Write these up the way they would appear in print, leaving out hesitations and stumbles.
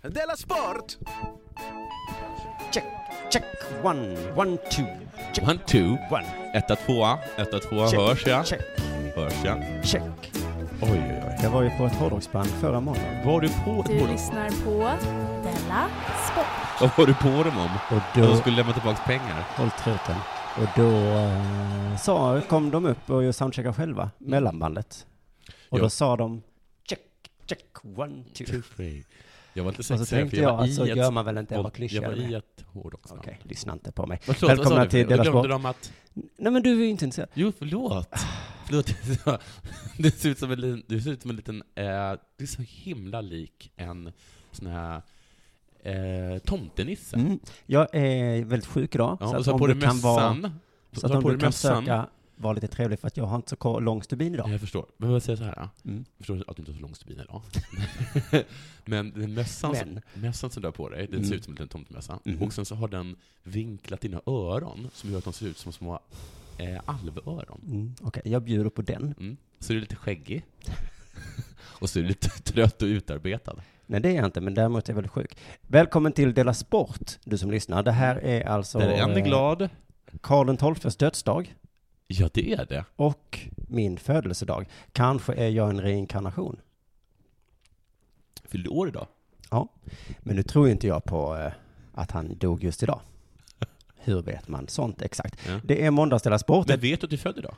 Della Sport! Check, check, one, two. Check, 1, 2. one. 1, 2. 1, 2. Check, Hörs jag? check, Hörs jag? check. Oj, oj, oj. Jag var ju på ett hårdrocksband förra månaden. Var du på Du dem? lyssnar på Della Sport. Vad var du på dem om? Och De då, skulle lämna tillbaka pengar. håll truten. Och då kom de upp och soundcheckade själva, mellanbandet. Och Ja. då sa de, check, check, one, two. Jag var lite Och så sexig tänkte jag, att så i gör man väl inte, jag var jag klyschigare var i med. ett hårdrocksband. Okej, lyssna inte på mig. Förlåt, Välkomna vad sa du? till Della Jag glömde Sport. dem att... Nej men du är ju inte intresserad. Jo, förlåt. Du ser ut som en liten... Du är så himla lik en sån här tomtenisse. Mm. Jag är väldigt sjuk idag. Ja, så och att så om på du dig kan vara, mössan. så att om du kan försöka vara lite trevlig, för att jag har inte så lång stubin idag. Jag förstår. Men jag säger så här. Mm. Jag förstår att du inte har så lång stubin idag. Men den mössan som du har på dig, den ser ut som en liten tomtemössa. Mm. Och sen så har den vinklat dina öron som gör att de ser ut som små alvöron. Okej, jag bjuder på den. Mm. Så är du lite skäggig. Och så är du lite trött och utarbetad. Nej, det är jag inte, men däremot är jag väldigt sjuk. Välkommen till Della Sport, du som lyssnar. Det här är alltså Där en är glad. Karl XIIs dödsdag Ja, det är det. och min födelsedag. Kanske är jag en reinkarnation. Fyllde år idag. Ja, men nu tror inte jag på att han dog just idag. Hur vet man sånt exakt? Ja. Det är måndags Della Sport. Men vet du att du är född idag?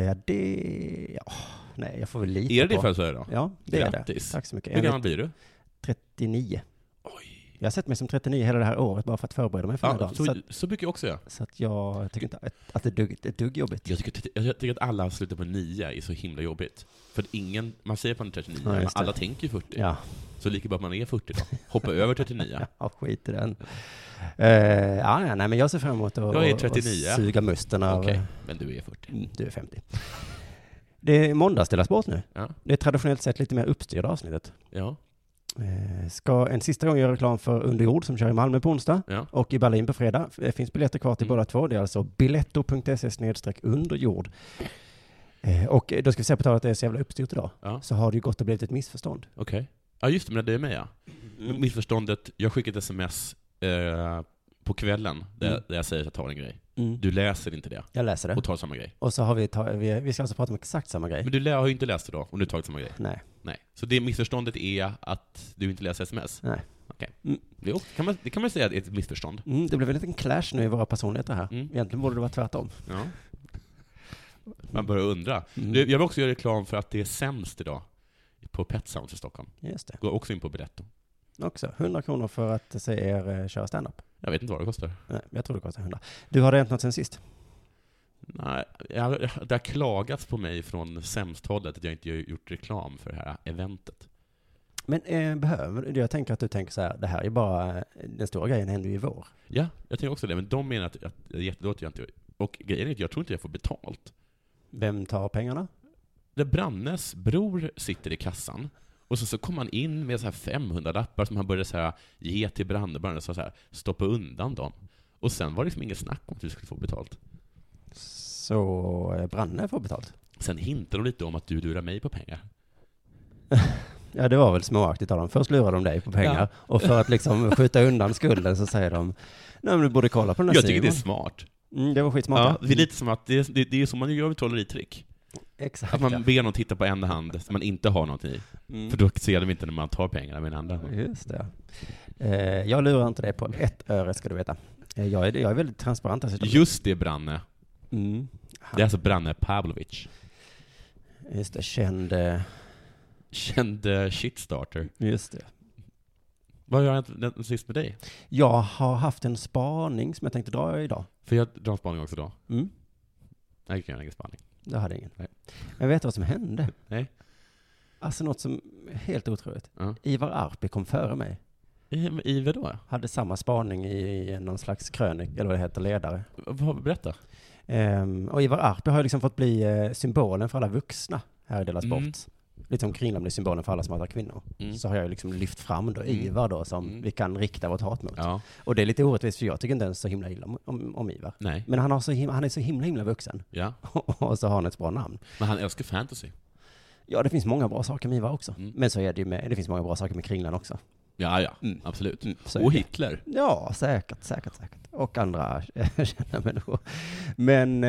Nej, jag får väl lita Är det på. din födelsedag idag? Ja, det är det. Grattis. Tack så mycket. Hur gammal blir du? 39. Oj. Jag har sett mig som 39 hela det här året bara för att förbereda mig för den här Ja, dagen. så mycket också, ja. Så att jag tycker inte att det är dugg jobbigt. Jag tycker att alla slutar på 9 är så himla jobbigt. För att man säger att man är 39, Ja, men just det. alla tänker ju 40. Ja, Så lika bra att man är 40 då. Hoppa över 39. ja, skit i den. Nej, men jag ser fram emot att Jag är 39. att suga musten av... Okej, men du är 40. Du är 50. Det är måndags Della Sport nu. Ja. Det är traditionellt sett lite mer uppstyrda avsnittet. Ja. Ska en sista gång göra reklam för Underjord som kör i Malmö på onsdag Ja. och i Berlin på fredag. Det finns biljetter kvar till båda två. Det är alltså biletto.se/underjord. Och då ska vi säga på tal att det är så jävla uppstyrt idag. Ja. Så har det ju gått och blivit ett missförstånd. Okej. Ja, just det, men det är med, ja. Missförståndet, jag skickar ett sms på kvällen där jag säger att jag tar en grej. Du läser inte det Jag läser det. och tar samma grej. Och så har vi ska alltså prata om exakt samma grej. Men du har ju inte läst det då, om du tagit samma grej. Nej. Nej. Så det missförståndet är att du inte läser sms? Nej. Okej. Mm. Det kan man säga att det är ett missförstånd. Det blev en liten clash nu i våra personligheter här. Mm. Egentligen borde det vara tvärtom. Ja. Man börjar undra. Mm. Jag vill också göra reklam för att det är sämst idag på Pet Sounds i Stockholm. Just det. Gå också in på Biletto. Också 100 kronor för att se er köra stand-up. Jag vet inte vad det kostar. Nej, jag tror det kostar 100. Du har det hänt något sen sist? Nej, det har klagats på mig från sämsthållet att jag inte har gjort reklam för det här eventet. Men jag tänker att du tänker så här, det här är bara, den stora grejen händer ju i vår. Ja, jag tänker också det. Men de menar att det är jättedåligt jag inte... Och grejen är att jag tror inte jag får betalt. Vem tar pengarna? Där Brannes bror sitter i kassan och så kom han in med så här 500-lappar som han började så här, ge till Branne och så här, stoppa undan dem. Och sen var det liksom inget snack om att du skulle få betalt. Så Branne får betalt? Sen hintade de lite om att du lurar mig på pengar. Ja, det var väl småaktigt av dem. Först lurar de dig på pengar. Ja. Och för att liksom skjuta undan skulden så säger de, nej men du borde kolla på den här Jag tycker sidan. det är smart. Det var skitsmart. Ja, det är lite som att det är som man gör med trolleritrick. Exakt. Att man ber någon titta på en hand som man inte har något i. För då ser de inte när man tar pengarna med en andra hand. Just det. Jag lurar inte det på 1 öre, ska du veta. Jag är väldigt transparent. Just det, Branne. Mm. Det är alltså Branne Pavlovic. Just det, Känd shitstarter. Just det. Vad gör jag sist med dig? Jag har haft en spaning som jag tänkte dra idag. För jag drar en spaning också då. Mm. Nej, jag kan göra ingen spaning. Det hade ingen. Nej. Jag vet vad som hände. Nej. Alltså något som är helt otroligt. Ja. Ivar Arpi kom före mig. I vad då? Hade samma spaning i någon slags krönik, eller vad det heter, ledare. Berätta. Och Ivar Arpi har ju liksom fått bli symbolen för alla vuxna här i Della Sport. Lite som Kringlan blir symbolen för alla som hatar kvinnor. Så har jag ju liksom lyft fram då Ivar då som vi kan rikta vårt hat mot. Ja. Och det är lite orättvist för jag tycker inte ens så himla illa om Ivar. Nej. Men han är så himla vuxen. Ja. Och så har han ett bra namn. Men han älskar fantasy. Ja, det finns många bra saker med Ivar också. Mm. Men så är det ju det finns många bra saker med Kringlan också. Ja, absolut. Så Och Hitler. Ja, säkert. Och andra kända människor. Men,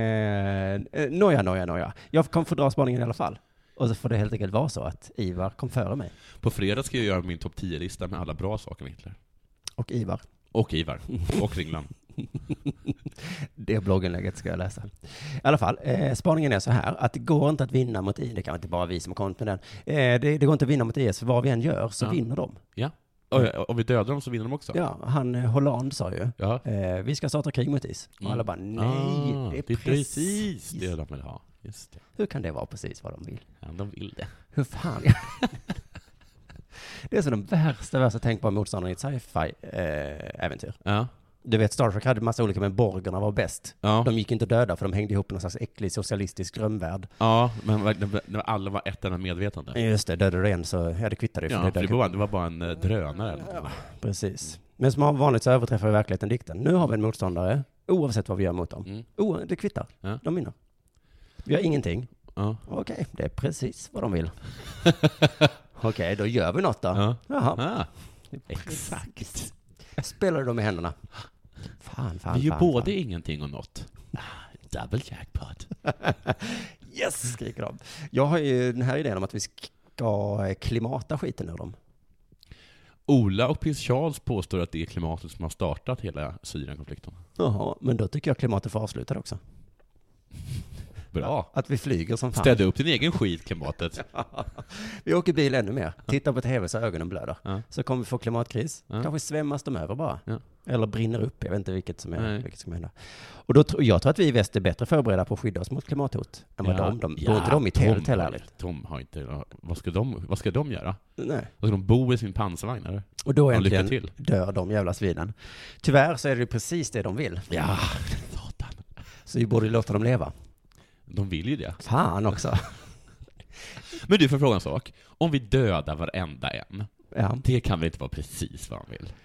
noja. Jag kommer få dra spaningen i alla fall. Och så får det helt enkelt vara så att Ivar kom före mig. På fredag ska jag göra min topp 10-lista med alla bra saker med Hitler. Och Ivar. Och Ivar. Och Ringland. Det blogginlägget ska jag läsa. I alla fall, spaningen är så här, att det går inte att vinna mot IS. Det kan inte bara vi som har kommit med den. Det går inte att vinna mot IS, för vad vi än gör så vinner de. Ja. Och vi dödar dem så vinner de också. Ja, han Holland sa ju, Ja. Vi ska starta krig mot IS. Och alla bara, nej, det är precis det de vill ha. Just det. Hur kan det vara precis vad de vill? Ja, de vill det. Hur fan? Det är så den värsta tänkbara motståndaren i ett sci-fi-äventyr. Ja. Du vet, Star Trek hade en massa olika, men borgarna var bäst. Ja. De gick inte att döda för de hängde ihop i någon slags äcklig socialistisk drömvärld. Ja, men när alla var ett enda medvetande. Just det, dödade du en så det kvittade ju. Ja, för det var bara en drönare. Ja, precis. Men som vanligt så överträffar vi verkligheten dikten. Nu har vi en motståndare, oavsett vad vi gör mot dem. Det kvittar. Ja. De vinner. Vi har ingenting. Ja. Okej, det är precis vad de vill. Okej, då gör vi något då. Ja. Jaha. Exakt. Spelar de i händerna. Fan. Vi gör både ingenting och något. Double jackpot. Yes, skriker de. Jag har ju den här idén om att vi ska klimata skiten ur dem. Ola och prins Charles påstår att det är klimatet som har startat hela Syrienkonflikten. Jaha, men då tycker jag klimatet får avsluta också. Bra. Att vi flyger som fan. Städa upp din egen skit, klimatet. Vi åker bil ännu mer. Titta på tv så ögonen blöder. Ja. Så kommer vi få klimatkris. Ja. Kanske svämmas de över bara. Ja. Eller brinner upp. Jag vet inte vilket som kommer hända. Och då jag tror att vi i väst är bättre förberedda på att skydda oss mot klimathot än vad de. Går inte de i tält heller ärligt? De har inte... Vad ska de göra? Nej. Vad ska de bo i sin pansarvagn eller? Och då äntligen dör de jävla svinen. Tyvärr så är det ju precis det de vill. Ja, satan. Så vi borde låta dem leva. De vill ju det. Fan också. Men du, får fråga en sak. Om vi dödar varenda en, det kan väl inte vara precis vad de vill?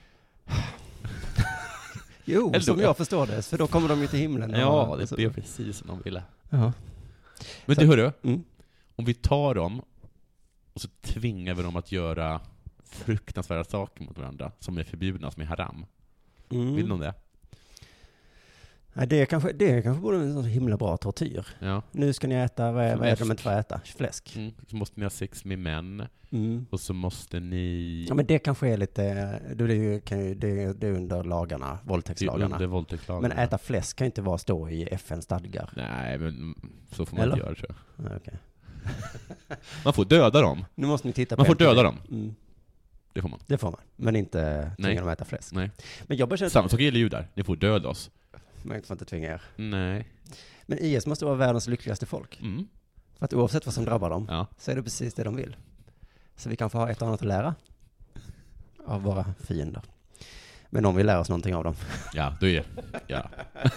Jo, eller som jag förstår det. För då kommer de ju till himlen. Ja, det är precis som de ville. Ja. Men du, hörru. Om vi tar dem och så tvingar vi dem att göra fruktansvärda saker mot varandra som är förbjudna, som är haram. Vill de det? Nej, det kanske borde vara en sån himla bra tortyr. Ja. Nu ska ni äta, vad är det de inte får äta? Fläsk. Så måste ni ha sex med män. Och så måste ni... Ja, men det kanske är lite... Det är under lagarna, våldtäktslagarna. Det är våldtäktslagarna. Men äta fläsk kan ju inte stå i FN-stadgar. Nej, men så får man inte göra, tror jag. Ja, okay. Man får döda dem. Nu måste ni titta på... Man får döda dem. Det får man. Det får man. Men inte tvinga dem att äta fläsk. Nej. Men jag bara samma sak gäller ju där. Ni får döda oss. Man får inte tvinga er. Nej. Men IS måste vara världens lyckligaste folk. För att oavsett vad som drabbar dem så är det precis det de vill. Så vi kan få ha ett annat att lära av våra fiender. Men om vi lär oss någonting av dem. Ja, då är ja.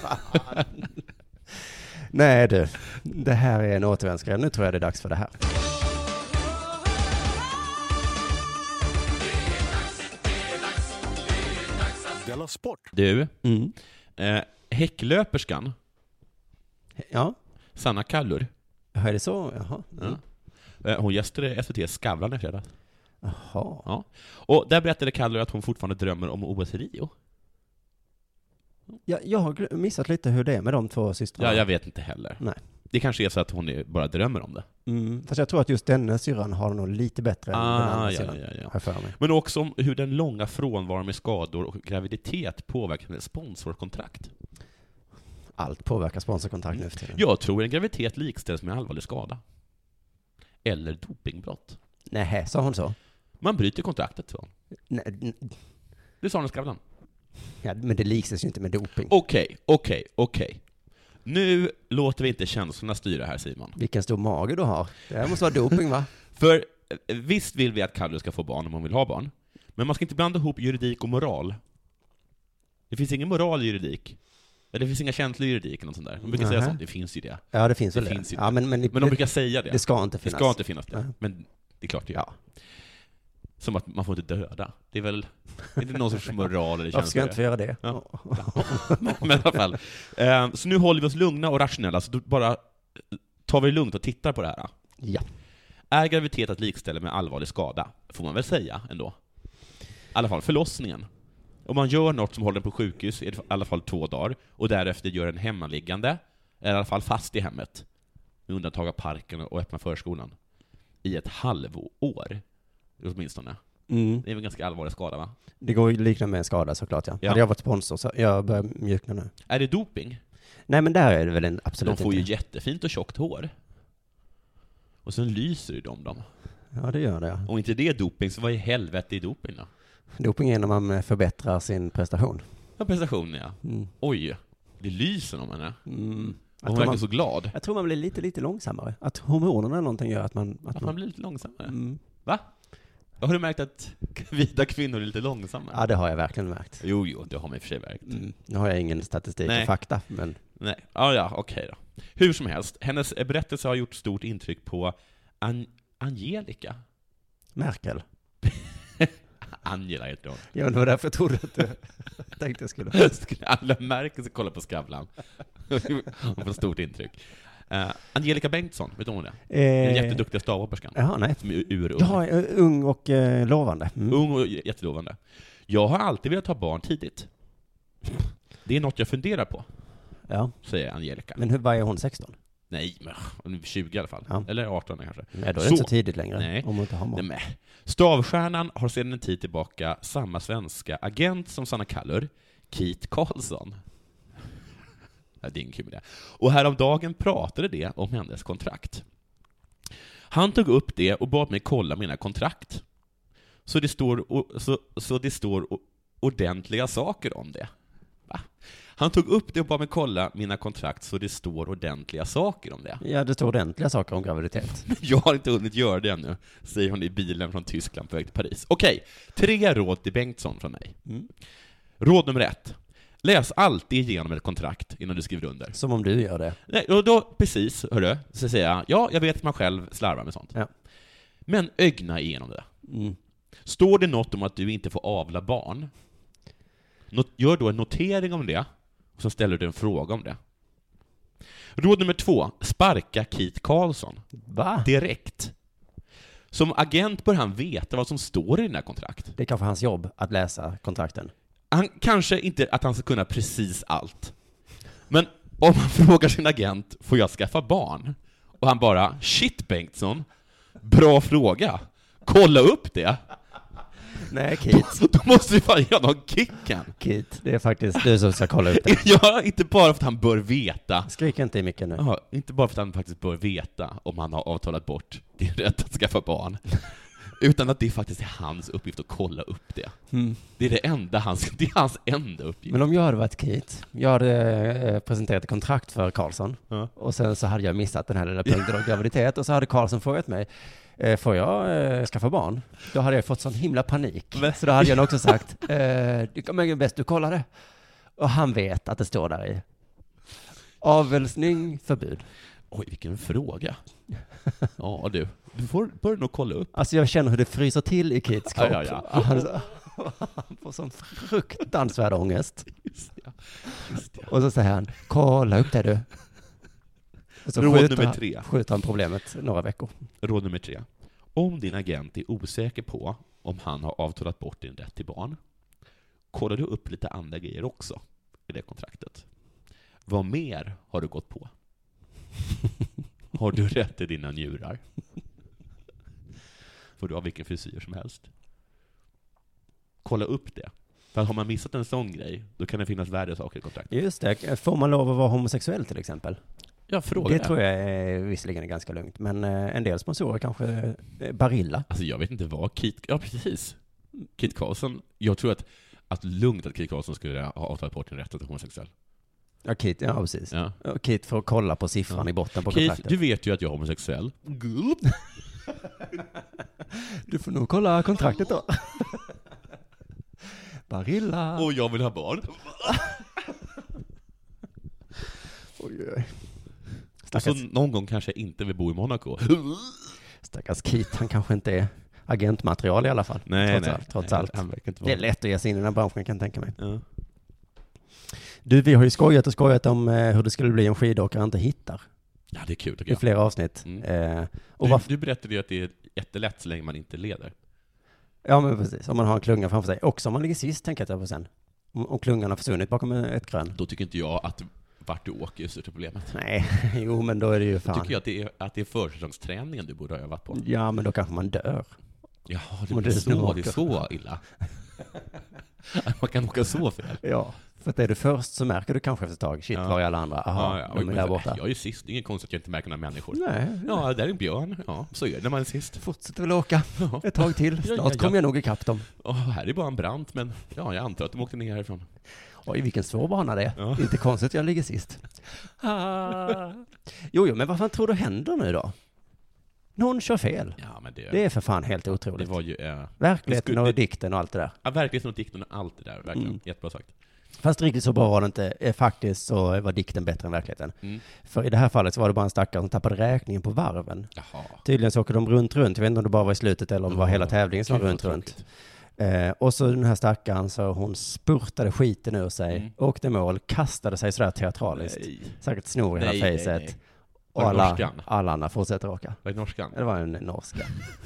Nej du, det här är en återvändsgränd. Nu tror jag det är dags för det här. Du, häcklöperskan. Ja. Sanna Kallur. Ja, är det så? Jaha. Hon gästade SVT Skavlan i fredag. Jaha. Ja. Och där berättade Kallur att hon fortfarande drömmer om OS i Rio. Ja, jag har missat lite hur det är med de två systrarna. Ja, jag vet inte heller. Nej. Det kanske är så att hon bara drömmer om det. Fast jag tror att just denna syrran har nog lite bättre än den andra syrran. Ja. Men också om hur den långa frånvaron med skador och graviditet påverkar hennes sponsorkontrakt. Allt påverkar sponsorkontrakt nu för tiden. Jag tror en graviditet likställs med allvarlig skada. Eller dopingbrott. Nej, sa hon så? Man bryter kontraktet, så. Nej. Det sa hon i Skavlan. Ja, men det likställs ju inte med doping. Okej. Nu låter vi inte känslorna styra här, Simon. Vilken stor mage du har. Det här måste vara doping, va? För visst vill vi att Kalle ska få barn om hon vill ha barn. Men man ska inte blanda ihop juridik och moral. Det finns ingen moral i juridik. Eller det finns inga känslor i juridik eller något sånt där. De brukar säga sånt. Det finns ju det. Ja, det finns väl det. Ja, men de brukar säga det. Det ska inte finnas. Det ska inte finnas det. Men det är klart det. Ja. Som att man får inte döda. Det är väl inte någon sorts moral eller känslor. Varför ska jag inte få göra det? Ja. Men i alla fall. Så nu håller vi oss lugna och rationella, så då bara tar vi det lugnt och tittar på det här. Ja. Är graviditet att likställa med allvarlig skada? Får man väl säga ändå. alla fall förlossningen. Om man gör något som håller den på sjukhus är det i alla fall 2 dagar, och därefter gör en hemmaliggande, eller i alla fall fast i hemmet, med undantag av parken och öppna förskolan, i ett halvår åtminstone. Det är väl ganska allvarlig skada, va? Det går ju likna med en skada såklart, ja. Hade jag varit sponsor så jag börjar mjukna nu. Är det doping? Nej, men där är det väl absolut De får inte. ju jättefint och tjockt hår. Och sen lyser ju dem. Ja, det gör det, ja. Om inte det är doping, så vad i helvete är doping då? Doping är när man förbättrar sin prestation. Ja, prestationen, ja. Oj, det lyser om man är. Och hon är så glad. Jag tror man blir lite långsammare. Att hormonerna eller någonting gör att man blir lite långsammare. Va? Har du märkt att vita kvinnor är lite långsammare? Ja, det har jag verkligen märkt. Jo, det har man i och för sig märkt. Nu har jag ingen statistik och fakta, men... Nej, ja, okej då. Hur som helst, hennes berättelse har gjort stort intryck på Angelica. Merkel. Angela heter hon. Ja, men det var därför jag trodde att jag tänkte jag skulle... Alla Merkel ska kolla på Skavlan. Hon får stort intryck. Angelica Bengtsson, vet du om det? Den jätteduktiga stavhopperskan. Jaha, nej. Som är urung. Ja, ung och lovande. Ung och jättelovande. Jag har alltid velat ha barn tidigt. Det är något jag funderar på. Ja. Säger Angelica. Men hur är hon 16? Nej, men 20 i alla fall. Ja. Eller 18 kanske. Nej, då är det inte så tidigt längre. Nej. Om hon inte har barn. Nej, Stavstjärnan har sedan en tid tillbaka samma svenska agent som Sanna Kallur, Keith Karlsson. Ja, det är ingen kul med det. Och häromdagen pratade det om hennes kontrakt. Han tog upp det och bad mig kolla mina kontrakt. Så det står ordentliga saker om det. Va? Han tog upp det och bad mig kolla mina kontrakt så det står ordentliga saker om det. Ja, det står ordentliga saker om graviditet. Jag har inte hunnit göra det ännu, säger hon i bilen från Tyskland på väg till Paris. Okej, 3 råd till Bengtsson från mig. Råd nummer 1. Läs alltid igenom ett kontrakt innan du skriver under. Som om du gör det. Nej, och då precis, hörru, så säger jag, ja, jag vet att man själv slarvar med sånt. Ja. Men ögna igenom det. Står det något om att du inte får avla barn, gör då en notering om det, och så ställer du en fråga om det. Råd nummer 2, sparka Keith Karlsson. Va? Direkt. Som agent bör han veta vad som står i den här kontrakt. Det är kanske hans jobb att läsa kontrakten. Han kanske inte att han ska kunna precis allt. Men om han frågar sin agent, får jag skaffa barn? Och han bara, shit Bengtsson, bra fråga. Kolla upp det. Nej, Keith. Då måste du fan göra någon kicken. Keith, det är faktiskt du som ska kolla upp det. Ja, inte bara för att han bör veta. Skrik inte i micken nu. Ja, inte bara för att han faktiskt bör veta om han har avtalat bort din rätt att skaffa barn. Utan att det faktiskt är hans uppgift att kolla upp det. Det är det är hans enda uppgift. Men om jag hade varit Keith, jag hade presenterat ett kontrakt för Karlsson, och sen så hade jag missat den här lilla punkten om graviditet, och så hade Karlsson frågat mig, får jag skaffa barn? Då hade jag fått sån himla panik. Så då hade jag också sagt, men bäst du kollar det. Och han vet att det står där i. Avelsning, förbud. Oj, vilken fråga. Ja, du får börja nog kolla upp. Alltså jag känner hur det fryser till i Keiths kropp. Ja. Han får sån fruktansvärd ångest. Just ja. Och så säger han, kolla upp det du. Och så Råd nummer 3. skjuter han problemet några veckor. Råd nummer 3. Om din agent är osäker på om han har avtalat bort din rätt till barn, kollar du upp lite andra grejer också i det kontraktet. Vad mer har du gått på? Har du rätt till dina njurar? Får du ha vilken frisyr som helst? Kolla upp det. För har man missat en sån grej, då kan det finnas värre saker i kontraktet. Just det. Får man lov att vara homosexuell till exempel? Jag frågar det. Tror jag är visserligen är ganska lugnt. Men en del sponsorer kanske Barilla. Alltså jag vet inte vad precis. Keith Karlsson. Jag tror att lugnt att Keith Karlsson skulle ha avtalat bort en rätt att homosexuell. Ja, Keith, ja precis. Ja. Keith får kolla på siffran i botten på Keith, kontraktet. du vet ju att jag är homosexuell. Du får nog kolla kontraktet då. Barilla. Och jag vill ha barn. Oj. Och så någon gång kanske jag inte vill bo i Monaco. Stackars Keith, han kanske inte är agentmaterial i alla fall. Trots allt. Det är lätt att ge sig in i den här branschen, kan jag tänka mig. Ja. Du, vi har ju skojat om hur det skulle bli om skidåkare inte hittar. Ja, det är kul tycker I jag. flera avsnitt. Du berättade ju att det är jättelätt så länge man inte leder. Ja, men precis. Om man har en klunga framför sig. Också om man ligger sist, tänker jag på sen. Om klungan har försvunnit bakom ett krön. Då tycker inte jag att vart du åker är största problemet. Nej, jo, men då är det ju fan. Då tycker jag att det är försäsongsträningen du borde ha övat på. Ja, men då kanske man dör. Ja, det är så illa. Man kan åka så fel. Ja, för att är du först så märker du kanske efter ett tag, shit, var är alla andra? Aha, de är där borta. Jag är ju sist, det är ingen konstigt att jag inte märker några människor. Nej. Ja, där är en björn. Ja, så är det när man är sist. Fortsätter väl åka ett tag till. Snart kommer jag nog ikapp dem. Här är bara en brant, men ja, jag antar att de åkte ner härifrån. Oj, vilken svår bana det är. Ja. Inte konstigt att jag ligger sist. Jo, men vad fan tror du händer nu då? Någon kör fel. Ja, men det är för fan helt otroligt. Det var ju, verkligheten och dikten och allt det där. Ja, verkligheten och dikten och allt det där. Verkligen. Jättebra sagt. Fast riktigt så bra var det inte. Faktiskt så var dikten bättre än verkligheten. För i det här fallet så var det bara en stackare som tappade räkningen på varven. Jaha. Tydligen så åker de runt. Jag vet inte om det bara var i slutet eller om det var hela tävlingen som var runt. Och så den här stackaren, så hon spurtade skiten ur sig, åkte mål, kastade sig sådär teatraliskt. Säkert snor i hela facet. Och alla andra fortsätter åka. Var det norskan? Det var en norska.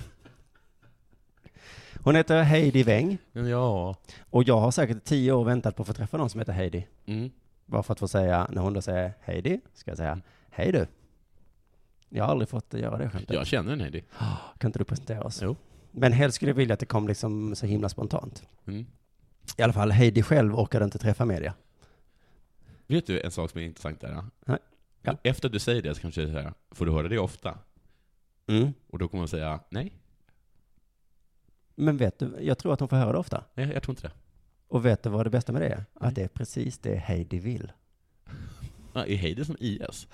Hon heter Heidi Weng. Ja. Och jag har säkert 10 år väntat på att få träffa någon som heter Heidi. Bara för att få säga, när hon då säger Heidi, ska jag säga, hej du. Jag har aldrig fått göra det skämtet. Jag känner en Heidi. Kan inte du presentera oss? Jo. Men helst skulle jag vilja att det kom liksom så himla spontant. I alla fall, Heidi själv orkade inte träffa media. Vet du en sak som är intressant där? Nej. Ja. Efter att du säger det så kanske jag säger, får du höra det ofta? Och då kommer man säga, nej. Men vet du, jag tror att hon får höra det ofta. Nej, jag tror inte det. Och vet du vad det bästa med det är? Att det är precis det Heidi vill. Ja, är Heidi som IS?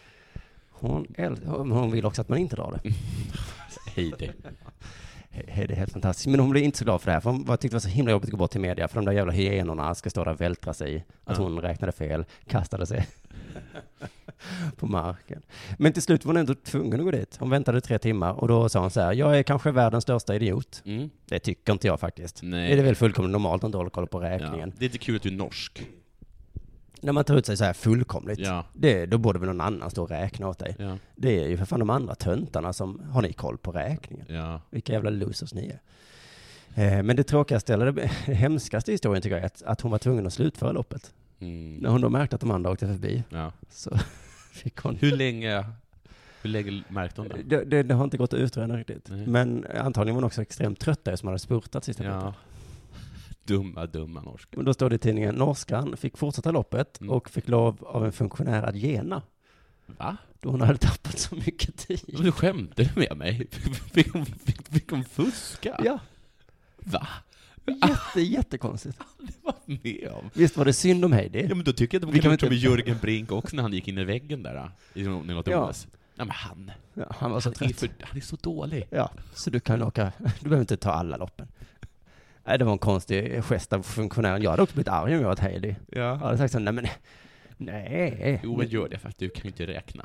Hon vill också att man inte drar det. Heidi. Heidi är helt fantastisk. Men hon blev inte så glad för det här. För hon tyckte det var så himla jobbigt att gå bort till media. För de där jävla hyenorna ska stå där och vältra sig. Att hon räknade fel. Kastade sig på marken. Men till slut var hon ändå tvungen att gå dit. Hon väntade 3 timmar. Och då sa hon så här: jag är kanske världens största idiot. Det tycker inte jag faktiskt. Nej. Det är väl fullkomligt normalt att inte hålla koll på räkningen. Ja. Det är inte kul att du är norsk. När man tar ut sig så här fullkomligt, då borde väl någon annan stå och räkna åt dig. Ja. Det är ju för fan de andra töntarna som har ni koll på räkningen. Ja. Vilka jävla losers ni är. Men det tråkigaste, eller det hemskaste historien tycker jag är att hon var tvungen att slutföra loppet. När hon då märkte att de andra åkte förbi. Ja. Så fick hon... Hur länge märkte hon det? Det har inte gått att utreda riktigt. Nej. Men antagligen var hon också extremt trött där som hade spurtat sista loppet. Dumma norsk. Och då står det i tidningen, norskan fick fortsätta loppet och fick lov av en funktionär att gena. Va? Då hon hade tappat så mycket tid. Men du skämtade med mig. Fick hon fuska? Ja. Va? Jättekonstigt. Det var med om. Visst var det synd om Heidi? Ja, men då tycker jag att de kan inte med Jörgen Brink också när han gick in i väggen där. I något OS. Ja, men han var så trött. Han är så dålig. Ja, så du kan åka. Du behöver inte ta alla loppen. Nej, det var en konstig gest av funktionären. Jag hade också blivit arg om jag var Heidi. Ja. Jag hade sagt så, nej. Jo, men gör det för att du kan ju inte räkna.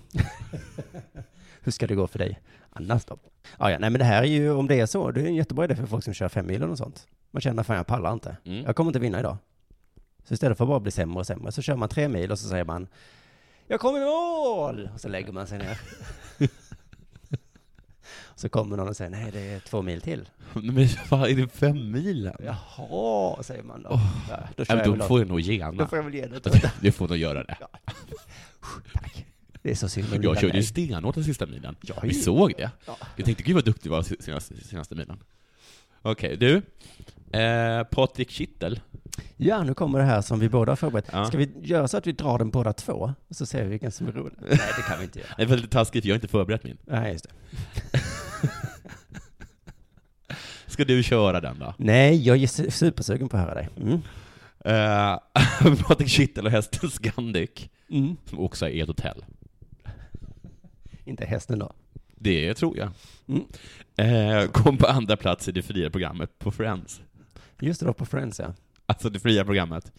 Hur ska det gå för dig annars då? Nej, men det här är ju, om det är så, det är en jättebra idé för folk som kör 5 mil och sånt. Man känner, fan jag pallar inte. Jag kommer inte vinna idag. Så istället för att bara bli sämre och sämre så kör man 3 mil och så säger man, jag kommer i mål! Och så lägger man sig ner. Så kommer någon och säger, nej det är 2 mil till. Men vad är det 5 milen? Jaha, säger man då. Då får jag nog gena. Då får jag väl ge det. Du får nog göra det. Ja. Tack. Det är så synd. Jag körde ju stenhårt den sista milen. Vi såg det. Ja. Jag tänkte, gud vad duktig du var senaste milen. Okej, du. Patrik Kittel. Ja, nu kommer det här som vi båda har förberett. Ja. Ska vi göra så att vi drar den båda 2? Och så ser vi vilken som är rolig. Nej, det kan vi inte göra. Det är väldigt taskigt, jag har inte förberett min. Nej, just det. Ska du köra den då? Nej, jag är supersugen på att höra dig. Patrik Kittel och hästen Scandic. Som också är ett hotell. Inte hästen då? Det tror jag. Kom på andra plats i det fria programmet på Friends. Just det, då på Friends, ja. Alltså det fria programmet.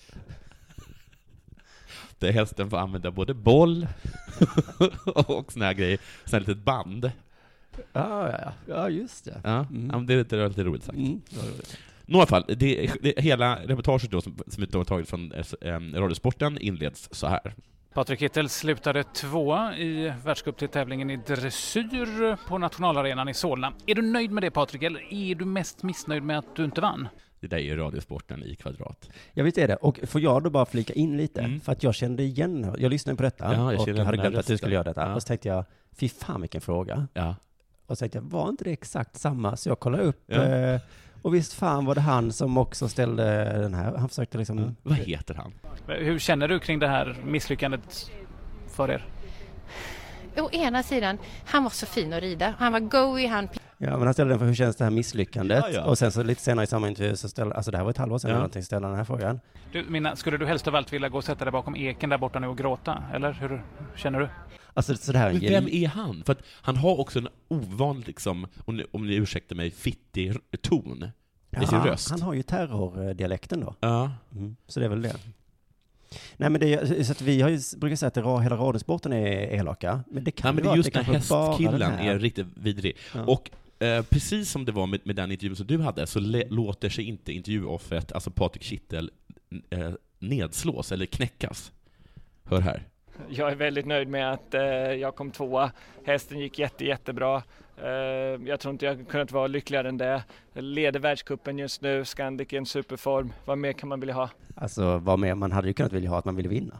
Där hästen får använda både boll och såna här grejer. Sån här litet band. Ja, just det. Ja, men det är lite roligt sagt. Några fall, det hela reportaget då som vi har tagit från Radiosporten inleds så här. Patrik Kittel slutade 2 i världscuptävlingen i dressyr på nationalarenan i Solna. Är du nöjd med det, Patrik, eller är du mest missnöjd med att du inte vann? Det där är ju radiosporten i kvadrat. Jag vet det. Och får jag då bara flika in lite? För att jag kände igen, jag lyssnade på detta och jag hade glömt att du skulle göra detta. Ja. Och så tänkte jag, fy fan vilken fråga. Ja. Och så tänkte jag, var inte det exakt samma? Så jag kollade upp, och visst fan var det han som också ställde den här. Han försökte liksom... Vad heter han? Hur känner du kring det här misslyckandet för er? Å ena sidan, han var så fin att rida. Han var goey, Ja, men han ställde den för hur känns det här misslyckandet? Ja. Och sen så lite senare i samma intervju så ställde, alltså det här var ett halvår sedan någonting, ställde den här frågan. Skulle du helst av allt vilja gå och sätta dig bakom eken där borta nu och gråta? Eller hur känner du? Alltså, så det här men vem är han? För att han har också en ovanlig, liksom, om ni ursäktar mig, fittig ton i sin röst. Han har ju terrordialekten då. Ja. Så det är väl det. Nej, men det är, så att vi har ju brukar säga att hela radiosporten är elaka. Men det kan men just den hästkillen är riktigt vidrig. Ja. Och precis som det var med den intervjun som du hade, så låter sig inte intervjuoffret, alltså Patrik Kittel, nedslås eller knäckas. Hör här. Jag är väldigt nöjd med att jag kom 2. Hästen gick jättebra. Jag tror inte jag kunnat vara lyckligare än det. Jag leder världscupen just nu. Scandic är en superform. Vad mer kan man vilja ha? Alltså, vad mer? Man hade ju kunnat vilja ha att man ville vinna.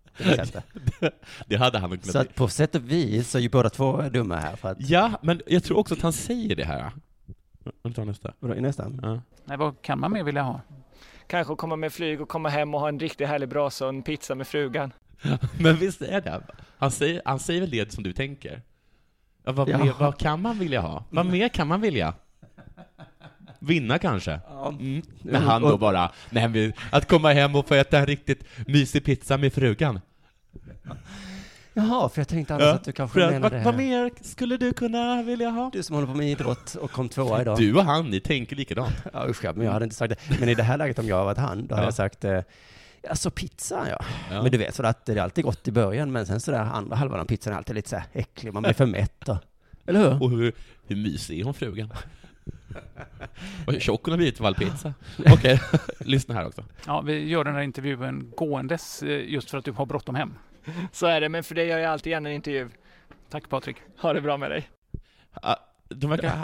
Det hade han kunnat. Så att på sätt och vis så är ju båda två dumma här. För att... Ja, men jag tror också att han säger det här. Ta nästa. Vadå, i nästan? Ja. Nej, vad kan man mer vilja ha? Kanske komma med flyg och komma hem och ha en riktigt härlig brasa och en pizza med frugan. Men visst är det. Han säger väl det som du tänker. Ja, vad kan man vilja ha? Vad mer kan man vilja? Vinna kanske. Men han då bara, att komma hem och få äta en riktigt mysig pizza med frugan. Jaha, för jag tänkte annars att du kanske menade det. Vad mer skulle du kunna vilja ha? Du som håller på med idrott och kom 2 idag. Du och han, ni tänker likadant. Ja, usch, men jag hade inte sagt det. Men i det här läget, om jag varit han, då hade jag sagt... Alltså pizza, ja. Men du vet så att det är alltid gott i början, men sen så där andra halvan av pizzan är alltid lite så här äcklig, man blir för mätt då. Eller hur? Och hur mysig är hon, frugan? Och hur tjock hon har blivit för pizza. Okej, lyssna här också. Ja, vi gör den här intervjun gåendes just för att du har bråttom hem. Så är det, men för det gör jag alltid gärna en intervju. Tack Patrik. Ha det bra med dig. De verkar...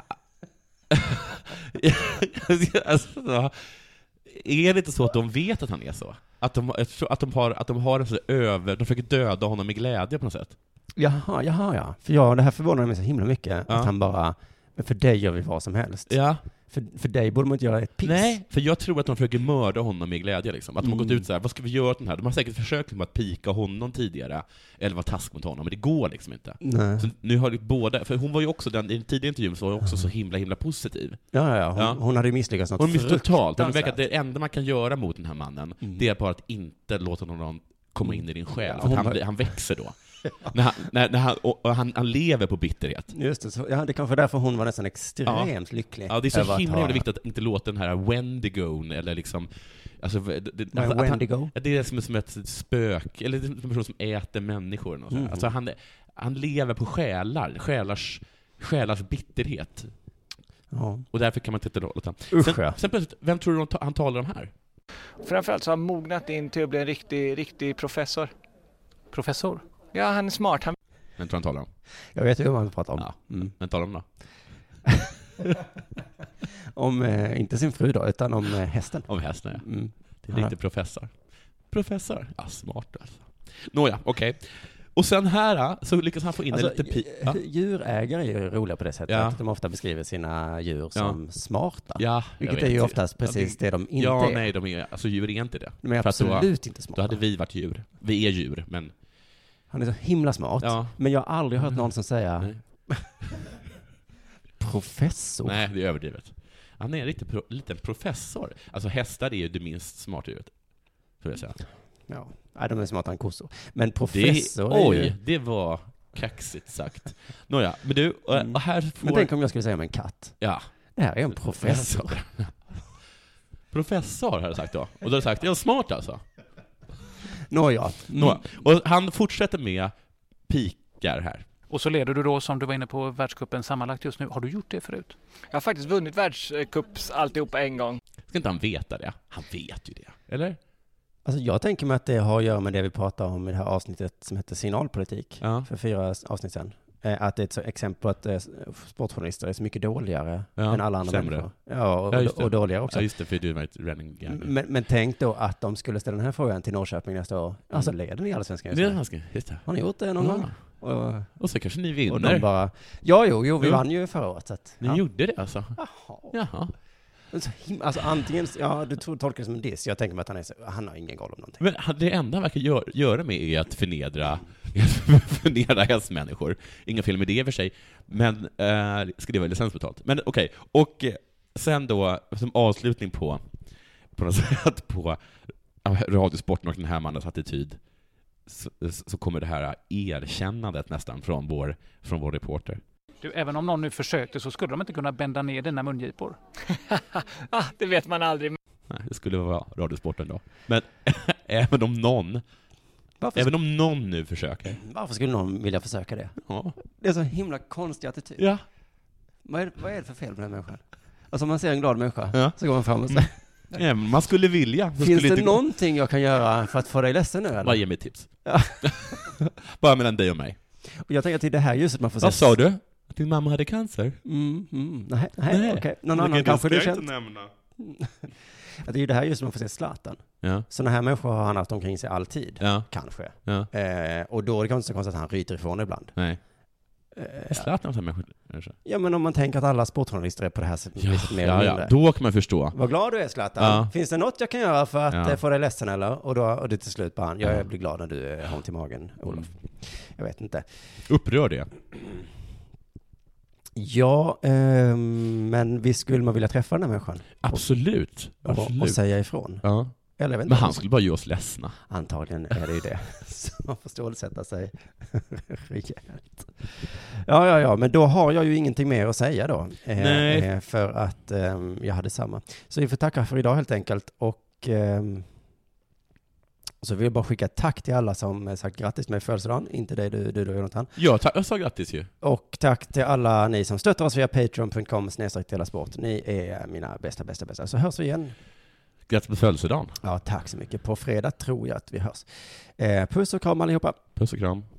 alltså, är det inte så att de vet att han är så? Att de har en så de försöker döda honom med glädje på något sätt? Jaha. För det här förvånar mig så himla mycket. Att han bara, men för dig gör vi vad som helst. Ja. För dig borde man inte göra ett piss. Nej, för jag tror att de försöker mörda honom med glädje. Liksom. Att de har gått ut så här, vad ska vi göra åt den här? De har säkert försökt att pika honom tidigare, eller vara task mot honom, men det går liksom inte. Nej. Så nu har det båda, för hon var ju också, i den tidigare intervjun så var hon också så himla positiv. Ja. Hon hade ju misslyckats något. Hon misslyckades totalt. Det verkar att det enda man kan göra mot den här mannen, det är bara att inte låta någon komma in i din själ. För han växer då. när han lever på bitterhet. Just det, så, det kanske därför hon var nästan extremt lycklig. Ja, det är så himla viktigt att inte låta den här Wendigo eller liksom alltså, Wendigo? Det är som ett spök eller en person som äter människor och så. Alltså han lever på själars bitterhet. Ja. Och därför kan man inte låta sen plötsligt, vem tror du han talar om här? Framförallt så har han mognat in till att bli en riktig professor. Professor? Ja, han är smart. Men tror han talar om? Jag vet ju vad man pratar om. Ja. Men talar om då? Om, inte sin fru då, utan om hästen. Om hästen, ja. Det är riktigt professor. Professor? Ja, smart alltså. Nåja, okej. Och sen här så lyckas han få in lite djurägare är ju roliga på det sättet att de ofta beskriver sina djur som smarta. Ja, vilket är ju oftast precis det de inte är. Nej, alltså djur är inte det. De är absolut inte smarta. Då hade vi varit djur. Vi är djur, men... Han är så himla smart. Ja. Men jag har aldrig hört någon som säger professor. Nej, det är överdrivet. Han är en riktigt liten professor. Alltså hästar är ju det minst smarta djuret. Får jag säga. Ja, de är smartare än kossor. Men professor det var kaxigt sagt. Nåja, men du, och här får... Men tänk om jag skulle säga om en katt. Ja. Det här är en professor. Professor har jag sagt då. Och då har jag sagt, smart alltså. Nåja. Och han fortsätter med pikar här. Och så leder du då, som du var inne på, världscupen sammanlagt just nu. Har du gjort det förut? Jag har faktiskt vunnit världscups alltihopa en gång. Ska inte han veta det? Han vet ju det, eller? Alltså jag tänker mig att det har att göra med det vi pratar om i det här avsnittet som heter signalpolitik för 4 avsnitt sedan. Att det är ett så exempel på att sportjournalister är så mycket dåligare än alla andra människor. Ja, och dåligare också. Ja, just det, för du var ett running guy. Men tänk då att de skulle ställa den här frågan till Norrköping nästa år. Alltså leder ni Allsvenskan just nu? Har ni gjort det någon gång? Och så kanske ni vinner. Och de bara, jo, vi vann ju förra året. Så att, ni gjorde det alltså? Jaha. Alltså antingen, du tror tolkar det som en diss. Jag tänker mig att han har ingen koll om någonting. Men det enda han verkar göra med är att förnedra hästmänniskor. Inga fel med det i och för sig. Men ska det vara licensbetalt? Men okej. Och sen då, som avslutning på något sätt på Radiosporten och den här mannens attityd, så kommer det här erkännandet nästan från vår reporter. Du, även om någon nu försökte så skulle de inte kunna bända ner dina mungipor. Det vet man aldrig. Nej, det skulle vara Radiosporten då. Men även om någon nu försöker. Varför skulle någon vilja försöka det? Ja. Det är så himla konstig attityd. Ja. Vad är det för fel med den här människan? Alltså om man ser en glad människa så går man fram och säger Ja, man skulle vilja. Finns det någonting jag kan göra för att få dig ledsen nu? Eller? Bara ge mig tips. Bara mellan dig och mig. Och jag tänker att det är det här ljuset man får se. Vad sa du? Att din mamma hade cancer? Nej, okej. Någon annan kanske du känt. Att det är ju det här ljuset man får se Zlatan. Ja. Sådana här människor har han haft omkring sig alltid. Ja. Kanske. Ja. Och då är det kanske så konstigt att han ryter ifrån ibland. Nej. Zlatan som människor. Ja, men om man tänker att alla sportjournalister är på det här sättet mer eller mindre. Då kan man förstå. Vad glad du är, Zlatan. Ja. Finns det något jag kan göra för att få dig ledsen eller? Och det till slut bara, jag blir glad när du har ont i magen, Olof. Jag vet inte. Upprör det? Ja, men visst skulle man vilja träffa den här människan? Absolut. Och säga ifrån. Ja. Eller jag vet inte. Men han skulle bara göra oss ledsna. Antagligen är det ju det. Så man får stålsätta sig rejält. Ja, men då har jag ju ingenting mer att säga då. Nej. För att jag hade samma. Så vi får tacka för idag helt enkelt. Och så vill jag bara skicka ett tack till alla som sagt grattis med födelsedagen. Inte dig, du Jonathan. Ja, jag sa grattis ju. Och tack till alla ni som stöttar oss via patreon.com/delasport. Ni är mina bästa. Så hörs vi igen. Grattis på födelsedagen. Ja, tack så mycket. På fredag tror jag att vi hörs. Puss och kram allihopa. Puss och kram.